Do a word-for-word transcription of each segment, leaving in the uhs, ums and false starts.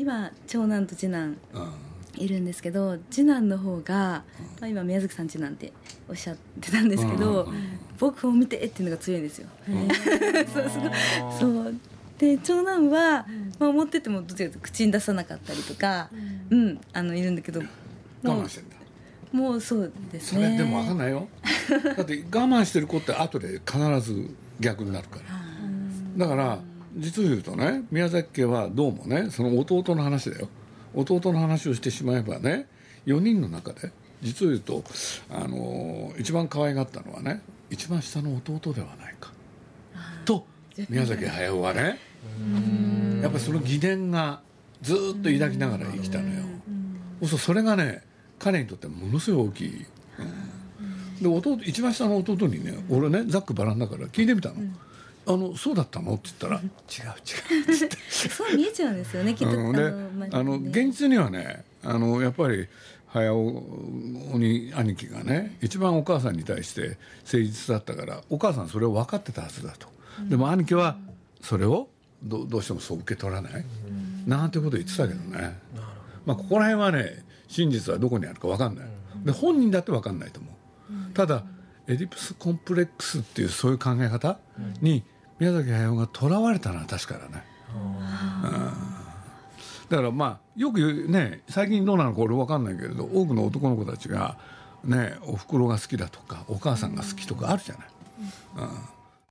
今長男と次男いるんですけど、次男の方が、まあ、今宮崎さん次男っておっしゃってたんですけど、うん、僕を見てっていうのが強いんですよ。そうすごいそうで長男は、まあ、思っててもどっちかというと口に出さなかったりとか、うん、うん、あのいるんだけど、 我慢してんだ。 もうそうですね。 それでも分かんないよ。だって我慢してる子って後で必ず逆になるから。だから実を言うとね、宮崎家はどうもね、その弟の話だよ。弟の話をしてしまえばね、よにんの中で実を言うと、あのー、一番可愛がったのはね、一番下の弟ではないかと宮崎駿はね、やっぱりその疑念がずっと抱きながら生きたのよ。そうそれがね、彼にとってものすごい大きい、うん、で弟一番下の弟にね、俺ねざっくばらんだから聞いてみたの、うん、あのそうだったのって言ったら違う違うってそう見えちゃうんですよねきっと。あの、 ね、あの現実にはね、あのやっぱり早尾に兄貴がね一番お母さんに対して誠実だったから、お母さんそれを分かってたはずだと、うん、でも兄貴はそれを ど, どうしてもそう受け取らない、うん、なんてこと言ってたけどね、うん、まあここら辺はね真実はどこにあるか分かんない、うん、で本人だって分かんないと思う、うん、ただエディプスコンプレックスっていうそういう考え方に宮崎駿がとらわれたのは確かだね、うんうん、だからまあよく言うね、最近どうなのか俺分かんないけれど、多くの男の子たちがねお袋が好きだとかお母さんが好きとかあるじゃない、うんうん、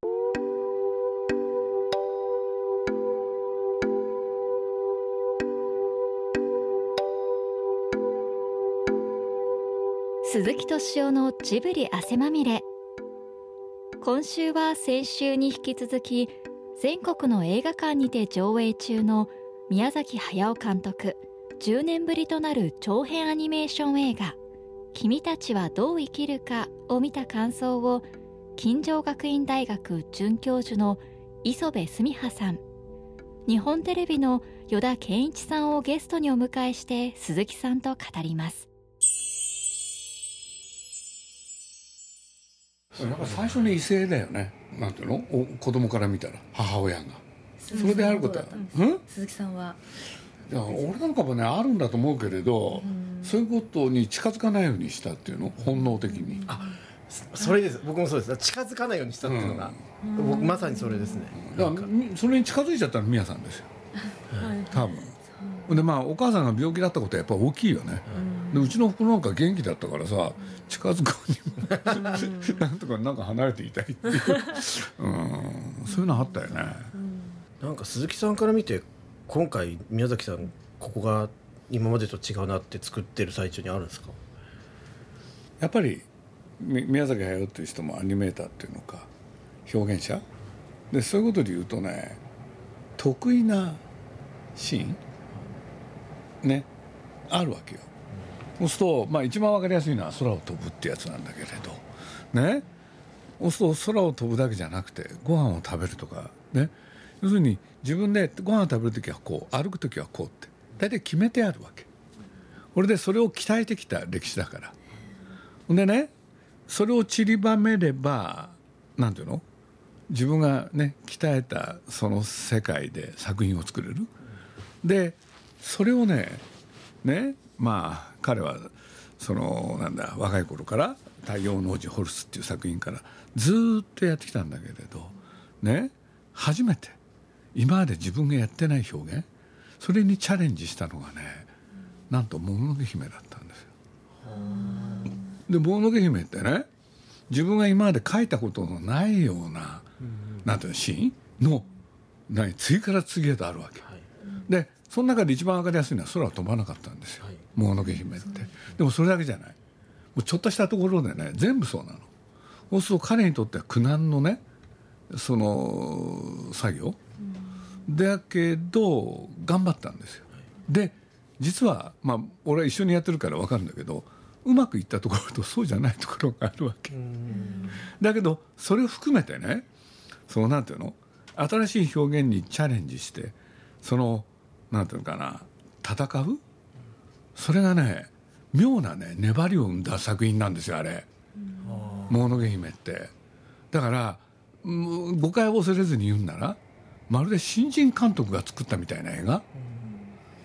鈴木敏夫のジブリ汗まみれ。今週は先週に引き続き全国の映画館にて上映中の宮崎駿監督じゅうねんぶりとなる長編アニメーション映画君たちはどう生きるかを見た感想を金城学院大学准教授の磯部純葉さん、日本テレビの依田健一さんをゲストにお迎えして鈴木さんと語ります。 なんか最初に異性だよね、なんていうの、お子供から見たら母親がそれであることは、 うん、鈴木さんは。 いや俺なんかもねあるんだと思うけれど、うん、そういうことに近づかないようにしたっていうの、本能的に、うん、 あそれです。僕もそうです。近づかないようにしたっていうのが、うん、僕まさにそれですね。 だからそれに近づいちゃったのは宮さんですよ、はい、多分で、まあお母さんが病気だったことはやっぱ大きいよね、うん、でうちの袋なんか元気だったからさ、近づこうにもなんとかなんか離れていたいっていう、うん、そういうのあったよね、 うん、なんか鈴木さんから見て今回宮崎さんここが今までと違うなって作ってる最中にあるんですか？ やっぱり宮崎駿っていう人もアニメーターっていうのか表現者で、そういうことで言うとね、得意なシーンねあるわけよ。そうすると、まあ、一番わかりやすいのは空を飛ぶってやつなんだけれどね、そうすると空を飛ぶだけじゃなくてご飯を食べるとかね、要するに自分でご飯を食べるときはこう、歩くときはこうって大体決めてあるわけ。これでそれを鍛えてきた歴史だから。でね、それを散りばめればなんていうの、自分がね鍛えたその世界で作品を作れる。でそれをねねまあ彼はそのなんだ若い頃から太陽の王子ホルスっていう作品からずっとやってきたんだけれどね、初めて今まで自分がやってない表現、それにチャレンジしたのがね、なんともののけ姫だったんですよ。でもののけ姫ってね、自分が今まで書いたことのないような、うん、なんていうのシーンの何次から次へとあるわけ、はい、でその中で一番わかりやすいのは空を飛ばなかったんですよ、はい、もののけ姫って。でもそれだけじゃない、もうちょっとしたところでね全部そうなの。そうすると彼にとっては苦難のねその作業、うん、だけど頑張ったんですよ、はい、で実はまあ俺は一緒にやってるから分かるんだけど、うまくいったところとそうじゃないところがあるわけ。うんだけどそれを含めてね、そのなんていうの新しい表現にチャレンジして、そのなんていうのかな戦う、それがね妙なね粘りを生んだ作品なんですよあれ、もののけ姫って。だから誤解を恐れずに言うんなら、まるで新人監督が作ったみたいな映画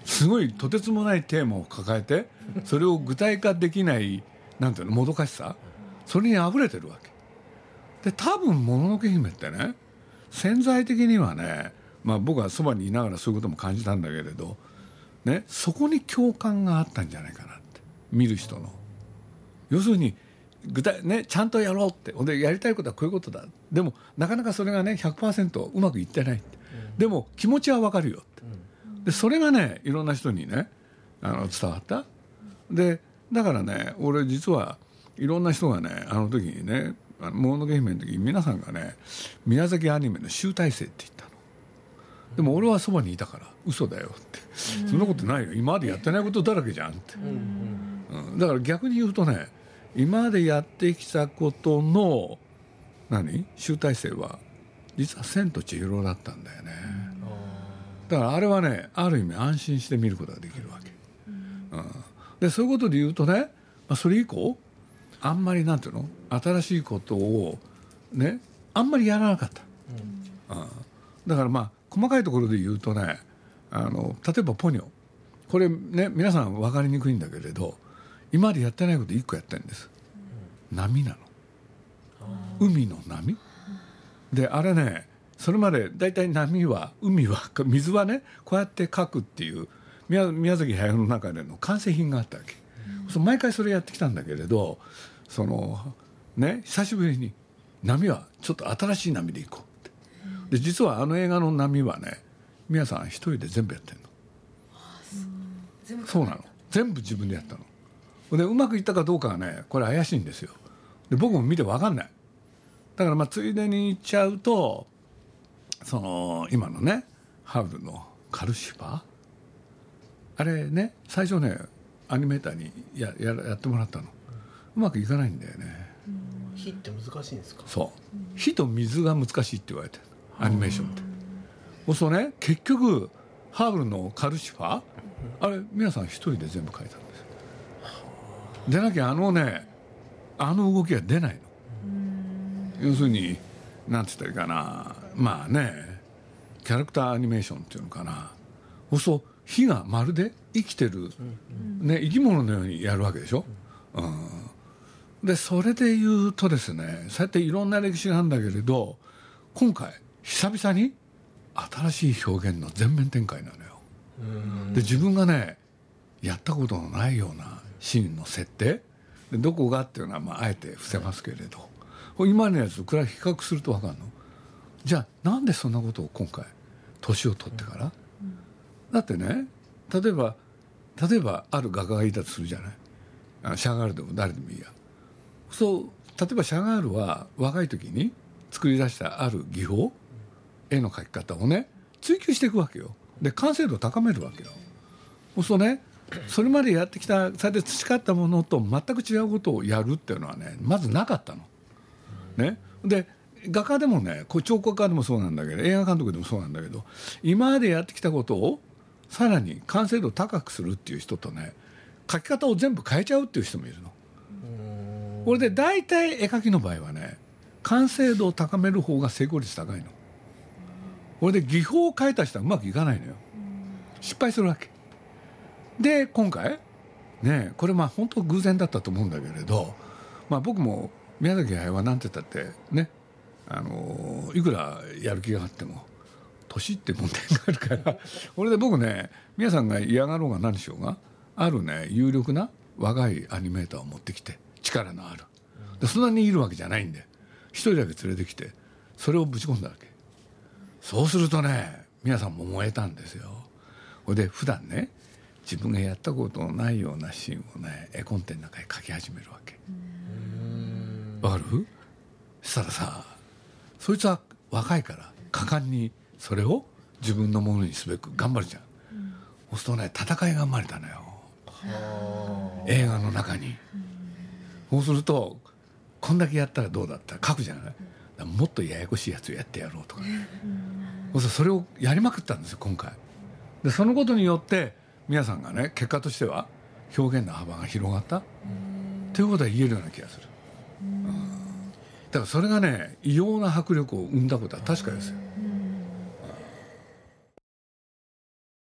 すごいとてつもないテーマを抱えてそれを具体化できないなんていうのもどかしさ、それにあふれてるわけで、多分もののけ姫ってね潜在的にはね、まあ、僕はそばにいながらそういうことも感じたんだけれど、ね、そこに共感があったんじゃないかなって、見る人の要するに具体、ね、ちゃんとやろうって、でやりたいことはこういうことだ、でもなかなかそれがね ひゃくパーセント うまくいってないって、うん、でも気持ちは分かるよって、うん、でそれがねいろんな人にねあの伝わった。でだからね俺実はいろんな人がねあの時にねもののけ姫の時に皆さんがね宮崎アニメの集大成って言ったの。でも俺はそばにいたから嘘だよって、うん、そんなことないよ、今までやってないことだらけじゃんって、うんうん、だから逆に言うとね今までやってきたことの何集大成は実は千と千尋だったんだよね、うん、だからあれはねある意味安心して見ることができるわけ、うんうん、でそういうことで言うとね、まあ、それ以降あんまりなんていうの新しいことをねあんまりやらなかった、うんうん、だからまあ細かいところで言うとねあの例えばポニョこれね皆さん分かりにくいんだけれど今までやってないこといっこやってるんです、うん、波なの、海の波で、あれねそれまでだいたい波は海は水はねこうやって描くっていう 宮, 宮崎駿の中での完成品があったわけ、うん、そ毎回それやってきたんだけれどそのね久しぶりに波はちょっと新しい波でいこうって、で実はあの映画の波はね宮さん一人で全部やってんの、うん、そうなの、全部自分でやったのでうまくいったかどうかはねこれ怪しいんですよ。で僕も見て分かんない。だからまあついでに言っちゃうとその今のねハウルのカルシファーあれね最初ねアニメーターに や, や, やってもらったの、うまくいかないんだよね。 火って難しいんですか。 そう、火と水が難しいって言われてるアニメーションって。そうするとね結局ハウルのカルシファーあれ皆さん一人で全部描いたんですよ。でなきゃあのねあの動きは出ないの。要するになんて言ったらいいかな、まあねキャラクターアニメーションっていうのかな、そうすると火がまるで生きてる、ね、生き物のようにやるわけでしょ、うん、でそれで言うとですねそうやっていろんな歴史なんだけれど今回久々に新しい表現の全面展開なのよ。で自分がねやったことのないようなシーンの設定でどこがっていうのはまああえて伏せますけれど、今のやつと比較すると分かるの。じゃあなんでそんなことを今回年を取ってから、うん、だってね例えば例えばある画家がいたとするじゃない、シャガールでも誰でもいいや。そう例えばシャガールは若い時に作り出したある技法、絵の描き方をね追求していくわけよ。で完成度を高めるわけよ。そうするとねそれまでやってきたそれで培ったものと全く違うことをやるっていうのはねまずなかったの、ね、で画家でもねこう彫刻家でもそうなんだけど映画監督でもそうなんだけど今までやってきたことをさらに完成度を高くするっていう人とね描き方を全部変えちゃうっていう人もいるの。これで大体絵描きの場合はね完成度を高める方が成功率高いの。これで技法を変えた人はうまくいかないのよ。失敗するわけで今回ねこれまあ本当偶然だったと思うんだけれど、まあ、僕も宮崎駿はなんて言ったってねあのいくらやる気があっても年って問題があるからこれで僕ね皆さんが嫌がろうが何しようがあるね有力な若いアニメーターを持ってきて力のあるでそんなにいるわけじゃないんで一人だけ連れてきてそれをぶち込んだわけ。そうするとね皆さんも燃えたんですよ。これで普段ね自分がやったことのないようなシーンをね絵コンテの中に描き始めるわけ。わかる？そしたらさそいつは若いから果敢にそれを自分のものにすべく頑張るじゃん、うん、そうするとね戦いが生まれたのよ映画の中に、うん、そうするとこんだけやったらどうだったら書くじゃない、うん、もっとややこしいやつをやってやろうとか、うん、そうするとそれをやりまくったんですよ今回で。そのことによって皆さんがね結果としては表現の幅が広がったということは言えるような気がする、うん、だからそれがね異様な迫力を生んだことは確かですよ。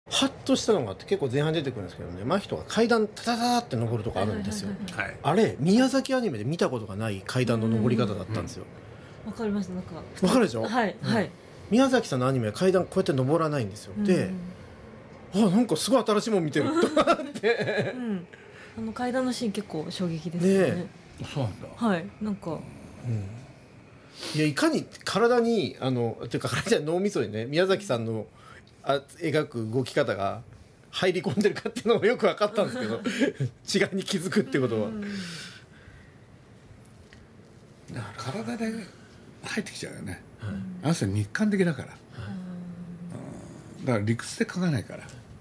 ハッとしたのがあって結構前半出てくるんですけどね、真人が階段タタタタって登るとこあるんですよ、 はい、 あれ宮崎アニメで見たことがない階段の登り方だったんですよ。 わ、うん、かります。なんかわかるでしょ。 はい、うん、はい。 宮崎さんのアニメは階段こうやって登らないんですよ、うん、で、あ、なんかすごい新しいもん見てると思って、うん、 あの階段のシーン結構衝撃ですよね。ね、 そうなんだ。 はい、なんか、うん、 いや、いかに体にあのていうか体じゃ脳みそにね、宮崎さんのあ描く動き方が入り込んでるかっていうのもよく分かったんですけど違いに気づくってことは、うん、 だから体で入ってきちゃうよね、うん、あの人日韓的だから、うん、だから理屈で書かないから、うん、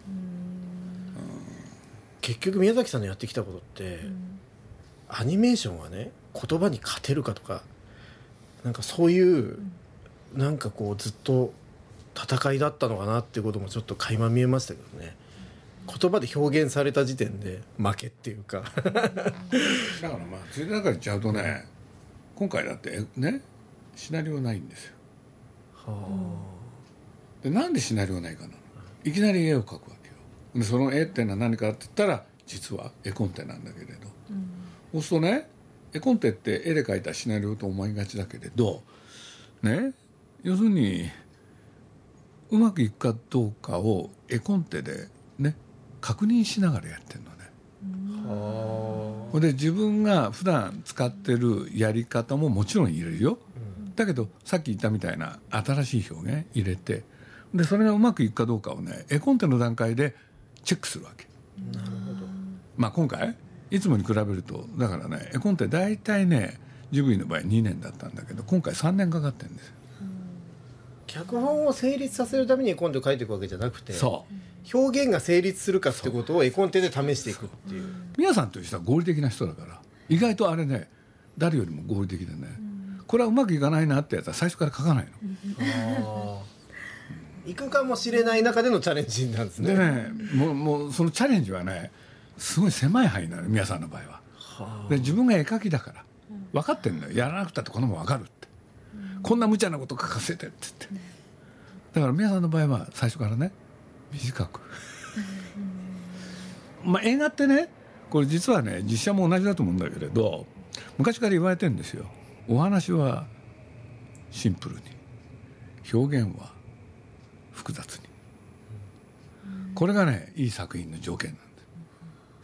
結局宮崎さんのやってきたことって、うん、アニメーションはね言葉に勝てるかとか、なんかそういう、うん、なんかこうずっと戦いだったのかなっていうこともちょっと垣間見えましたけどね。言葉で表現された時点で負けっていうかだからまあついでだから言っちゃうとね、今回だってねシナリオないんですよ。はあ、でなんでシナリオないかな、いきなり絵を描くわけよ。でその絵っていうのは何かって言ったら実は絵コンテなんだけれど、うん、そうするとね絵コンテって絵で描いたシナリオと思いがちだけれどね、要するにうまくいくかどうかを絵コンテでね確認しながらやってるのね。うん、で自分が普段使ってるやり方ももちろん入れるよ、うん、だけどさっき言ったみたいな新しい表現入れて、でそれがうまくいくかどうかをね絵コンテの段階でチェックするわけ。なるほど。まあ今回いつもに比べるとだからね絵コンテ大体ねジブリの場合にねんだったんだけど今回さんねんかかってるんですよ。 脚本を成立させるために絵コンテを書いていくわけじゃなくて、 そう表現が成立するかってことを絵コンテで試していくっていう。 皆さんという人は合理的な人だから意外とあれね誰よりも合理的でね、うん、これはうまくいかないなってやつは最初から書かないの。 いくかもしれない中でのチャレンジなんですね。 でねもう、もうそのチャレンジはねすごい狭い範囲なの皆さんの場合は。はあ、で自分が絵描きだから分かってんのよ、やらなくたってこのも分かるって、うん、こんな無茶なこと書かせてって言って、だから皆さんの場合は最初からね短くまあ映画ってねこれ実はね実写も同じだと思うんだけれど昔から言われてるんですよ。お話はシンプルに表現は複雑に、これがねいい作品の条件なんです。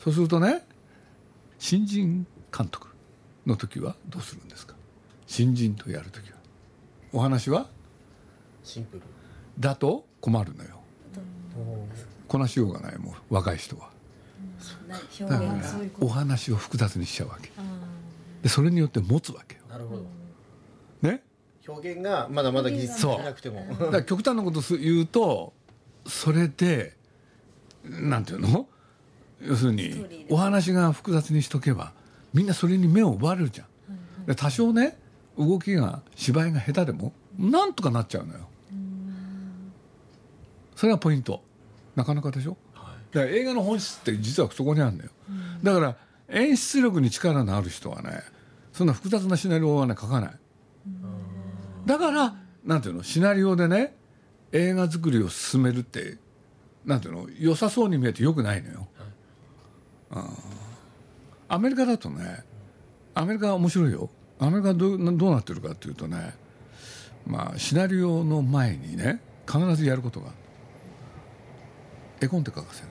そうするとね新人監督の時はどうするんですか。新人とやる時はお話はシンプルだと困るのよ。こなしようがないもう若い人は。だからお話を複雑にしちゃうわけで、それによって持つわけよ。 なるほどね、 表現がまだまだ技術がなくてもだから極端なこと言うとそれでなんていうの、要するにお話が複雑にしとけばみんなそれに目を奪われるじゃん。で多少ね動きが芝居が下手でもなんとかなっちゃうのよ。それがポイント。なかなかでしょ。だから映画の本質って実はそこにあるんだよ。だから演出力に力のある人はねそんな複雑なシナリオはね書かない。だからなんていうのシナリオでね映画作りを進めるってなんていうの良さそうに見えてよくないのよ。あアメリカだとねアメリカは面白いよ。アメリカはどう、どうなってるかっていうとね、まあシナリオの前にね必ずやることが絵コンテ書かせる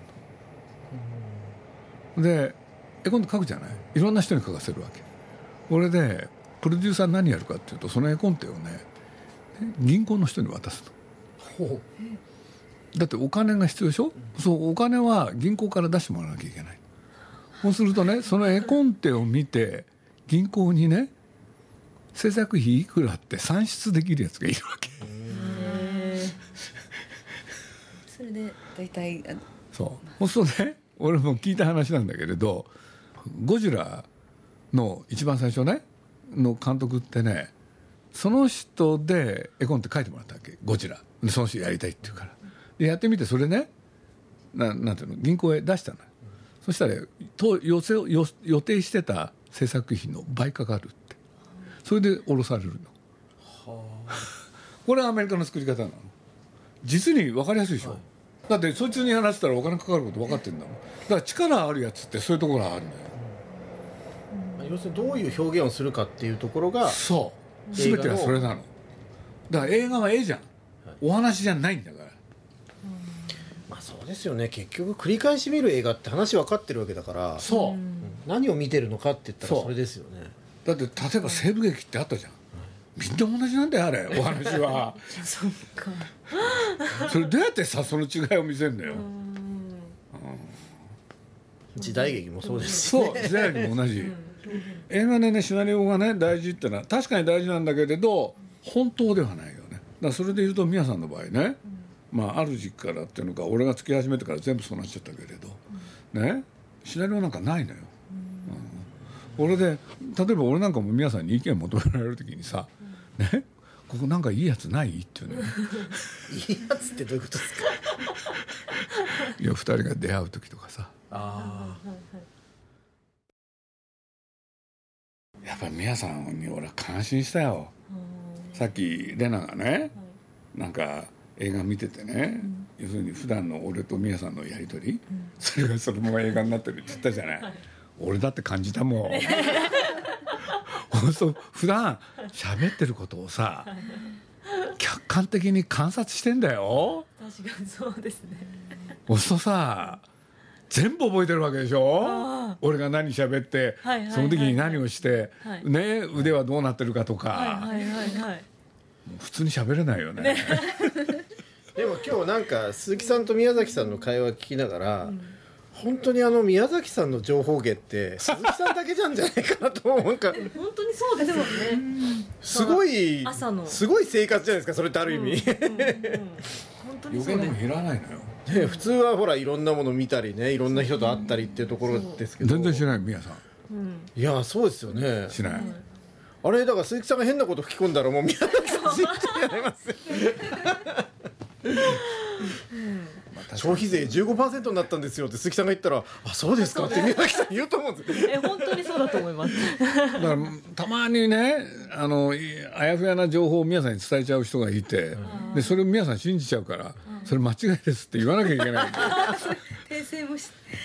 ので絵コンテ書くじゃない、いろんな人に書かせるわけ。これでプロデューサー何やるかっていうとその絵コンテをね銀行の人に渡すの。ほうだってお金が必要でしょ、うん、そうお金は銀行から出してもらわなきゃいけない。そうするとねその絵コンテを見て銀行にね制作費いくらって算出できるやつがいるわけ。 それで大体そうそうするとね俺も聞いた話なんだけれどゴジラの一番最初ねの監督ってねその人で絵コンテ書いてもらったわけ。ゴジラでその人やりたいって言うからでやってみてそれね な, なんていうの銀行へ出したのよ。そしたらと 予, 定予, 予定してた制作費の倍かかるってそれで下ろされるの。はこれはアメリカの作り方なの。実に分かりやすいでしょ、はい、 だってそいつにやらせたらお金かかること分かってるんだもん。だから力あるやつってそういうところがあるんだよ。 要するにどういう表現をするかっていうところが、 そう全てはそれなの。だから映画は絵じゃん、お話じゃないんだから。 まあそうですよね。結局繰り返し見る映画って話分かってるわけだから、 そう、 何を見てるのかって言ったらそれですよね。 だって例えば西部劇ってあったじゃん、みんな同じなんだよあれお話はそっか。 それどうやってさその違いを見せるんだよ。 時代劇もそうですし、 ね、そう時代劇も同じ、うん、映画でねシナリオがね大事ってのは確かに大事なんだけれど本当ではないよね。だからそれで言うと宮さんの場合ね、うん、まあある時期からっていうのか俺が付き始めてから全部そうなっちゃったけれど、うん、ねシナリオなんかないのよ、うんうん、俺で例えば俺なんかも宮さんに意見求められる時にさ、うん、ねここなんかいいやつないっていうねいいやつってどういうことですか。 いやふたりが出会う時とかさ、 あやっぱり宮さんに俺は感心したよ。さっきレナがね、なんか映画見ててね、うん、要するに普段の俺と宮さんのやり取り、うん、それがそのまま映画になってるって言ったじゃない、はい、俺だって感じたもんそう普段喋ってることをさ客観的に観察してんだよ。 確かにそうですね。 そうするとさ全部覚えてるわけでしょ。俺が何喋って、はいはいはいはい、その時に何をして、はい、ね、腕はどうなってるかとか、はいはいはいはい、普通に喋れないよ ね, ねでも今日なんか鈴木さんと宮崎さんの会話聞きながら、うん、本当にあの宮崎さんの情報源って鈴木さんだけじゃんじゃないかなと思うか本当にそうですよね。 すごい朝のすごい生活じゃないですかそれってある意味、うんうんうん、 本当にそうです。 余計なもん減らないのよ。 ね、普通はほらいろんなもの見たりねいろんな人と会ったりっていうところですけど、 全然しない宮さん、 うん、いやそうですよね。 しない、うん、 あれだから鈴木さんが変なこと吹き込んだらもう宮崎さん信じてやります消費税 じゅうごパーセント になったんですよって鈴木さんが言ったらあそうですかって宮崎さん言うと思うんですよえ本当にそうだと思いますだからたまにねあのあやふやな情報を宮さんに伝えちゃう人がいて、うん、でそれを宮さん信じちゃうから、うん、それ間違いですって言わなきゃいけない訂正もし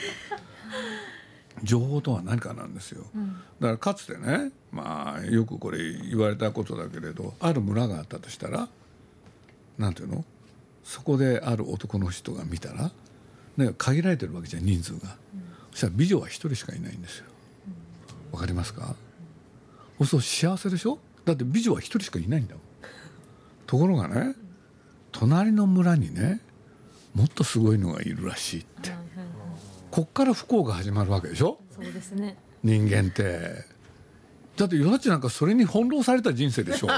情報とは何かなんですよ、うん、だからかつてね、まあ、よくこれ言われたことだけれどある村があったとしたらなんていうのそこである男の人が見たら、ね、限られてるわけじゃん人数が、うん、そしたら美女は一人しかいないんですよ。わかりますか？うん、そう幸せでしょ。だって美女は一人しかいないんだもん。ところがね隣の村にねもっとすごいのがいるらしいって、はいはいはい、こっから不幸が始まるわけでしょ。 そうですね。 人間ってだってヨダチなんかそれに翻弄された人生でしょ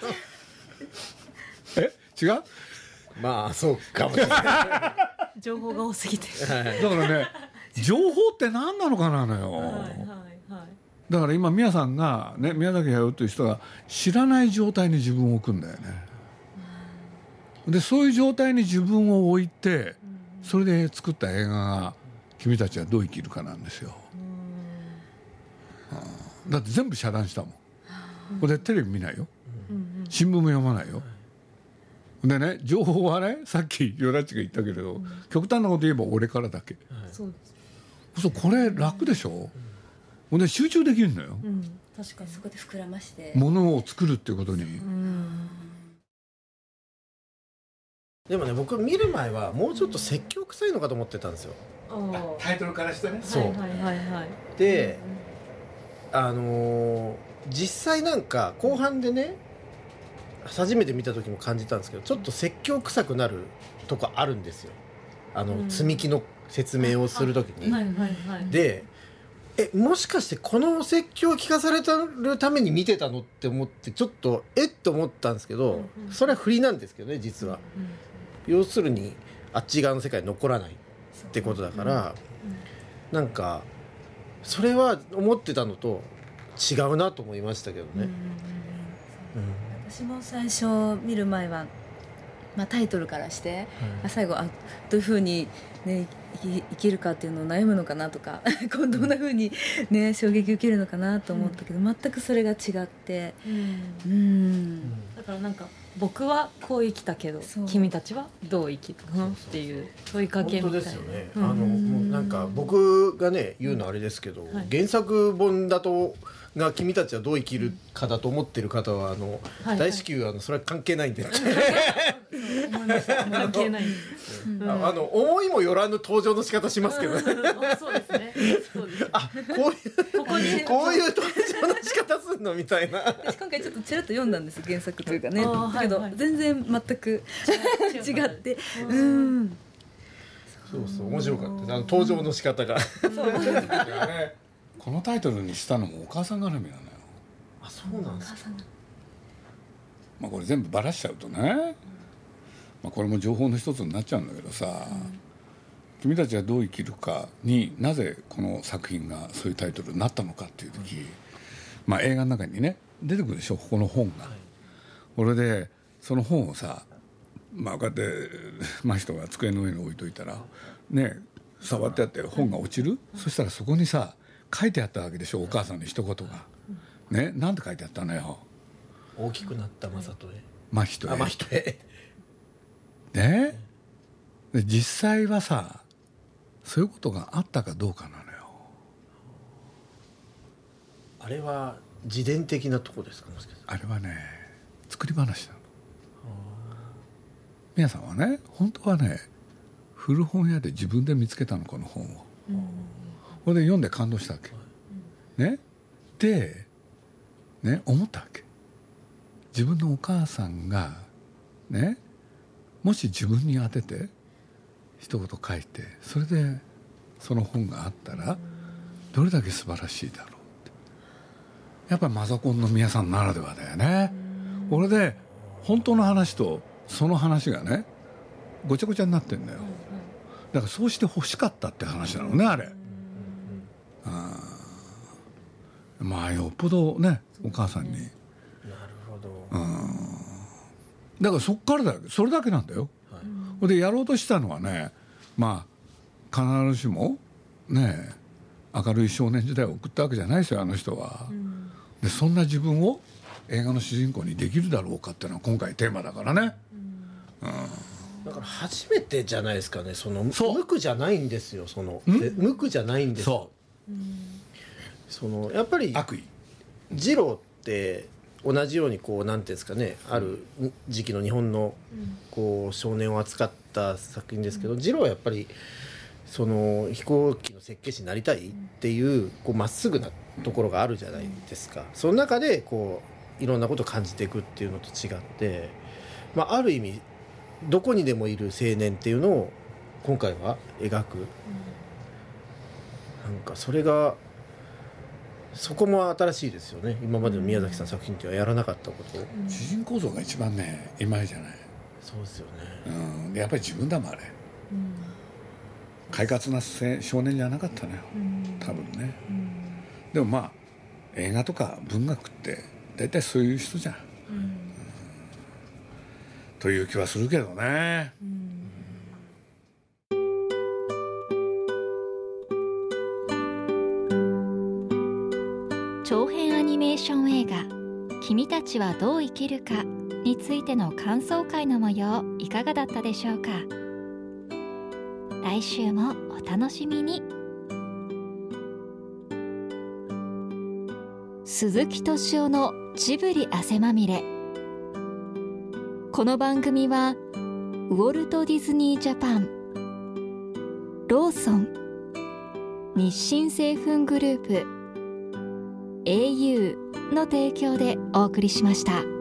え違う？ まあそうかもしれない情報が多すぎてだからね情報って何なのかなのよ、はいはいはい、だから今宮さんが、ね、宮崎駿という人が知らない状態に自分を置くんだよね。でそういう状態に自分を置いてそれで作った映画が君たちはどう生きるかなんですよ。だって全部遮断したもん。これでテレビ見ないよ、新聞も読まないよ。でね情報はねさっきヨダッチが言ったけれど、うん、極端なこと言えば俺からだけ、はい、そうですそうこれ楽でしょ、うん、で集中できるのよ、うん、 確かにそこで膨らましてものを作るっていうことに、うん、 でもね僕見る前はもうちょっと説教臭いのかと思ってたんですよ、 うん、タイトルからしてねそう、はいはいはいはい、で、うん、あのー、実際なんか後半でね初めて見た時も感じたんですけどちょっと説教臭くなるとこあるんですよ。あの、うん、積み木の説明をする時に、はいはいはい、でえもしかしてこの説教を聞かされるために見てたのって思ってちょっとえっと思ったんですけど、うん、それは振りなんですけどね実は、うん、要するにあっち側の世界に残らないってことだから、うんうん、なんかそれは思ってたのと違うなと思いましたけどね、うんうんうん私も最初見る前は、まあ、タイトルからして、うん、最後あどういうふうに、ね、生き、生きるかっていうのを悩むのかなとかどんなふうに、ね、衝撃受けるのかなと思ったけど、うん、全くそれが違って、うんうん、 だからなんか僕はこう生きたけど君たちはどう生きたのっていう問いかけみたいな。 本当ですよね、 うん、 あのもうなんか僕がね言うのあれですけど、うんはい、原作本だとが君たちはどう生きるかだと思ってる方はあの、はいはい、大至急あのそれは関係ないんで関係ない、 うん、あ, あの思いもよらぬ登場の仕方しますけどねそうですねそうですあこういうここにこういう登場の仕方すんのみたいな今回ちょっとちらっと読んだんです原作というかねだけど、はいはい、全然全く違ってうんそうそう面白かったあの登場の仕方がそうこのタイトルにしたのもお母さん絡みなのよ。 あ、そうなんですか。 まあこれ全部バラしちゃうとね、まあ、これも情報の一つになっちゃうんだけどさ、うん、君たちはどう生きるかになぜこの作品がそういうタイトルになったのかっていう時、うん、まあ映画の中にね出てくるでしょこの本が、はい、これでその本をさまあこうやって真人が机の上に置いといたらね触ってやって本が落ちる、うん、そしたらそこにさ書いてあったわけでしょお母さんの一言が、ね、なんて書いてあったのよ。 大きくなった真人へ真人へあ真人へねで実際はさそういうことがあったかどうかなのよ。 あれは自伝的なとこですかもしかして。 あれはね作り話なの。皆さんはね本当はね古本屋で自分で見つけたのこの本を、うんこれで読んで感動したわけ、ね、で、ね、思ったわけ自分のお母さんが、ね、もし自分に当てて一言書いてそれでその本があったらどれだけ素晴らしいだろうってやっぱりマザコンの宮さんならではだよね。これで本当の話とその話がねごちゃごちゃになってんだよ。だからそうして欲しかったって話なのねあれ。あまあよっぽどねお母さんになるほどうんだからそっからだよそれだけなんだよ、はい、でやろうとしたのはねまあ必ずしもね明るい少年時代を送ったわけじゃないですよあの人は、うん、でそんな自分を映画の主人公にできるだろうかっていうのは今回テーマだからね、うんうんだから初めてじゃないですかねその無垢じゃないんですよその無垢じゃないんですよそのやっぱり悪意二郎って同じようにこうなんていうんですかねある時期の日本のこう少年を扱った作品ですけど二郎はやっぱりその飛行機の設計士になりたいっていうこうまっすぐなところがあるじゃないですか。その中でこういろんなことを感じていくっていうのと違って、まあ、ある意味どこにでもいる青年っていうのを今回は描く、うん、なんかそれがそこも新しいですよね今までの宮崎さん作品ではやらなかったこと、うん、 主人公像が一番ねいまいじゃない。 そうですよね、 うん、やっぱり自分だもんあれ、うん、快活な少年じゃなかったのよ、うん、多分ね、うん、でもまあ映画とか文学って大体そういう人じゃん、うんという気はするけどね、うん、 長編アニメーション映画「君たちはどう生きるか」についての感想会の模様いかがだったでしょうか。来週もお楽しみに。鈴木敏夫のジブリ汗まみれ。この番組はウォルト・ディズニー・ジャパン、ローソン、日清製粉グループ、エーユー の提供でお送りしました。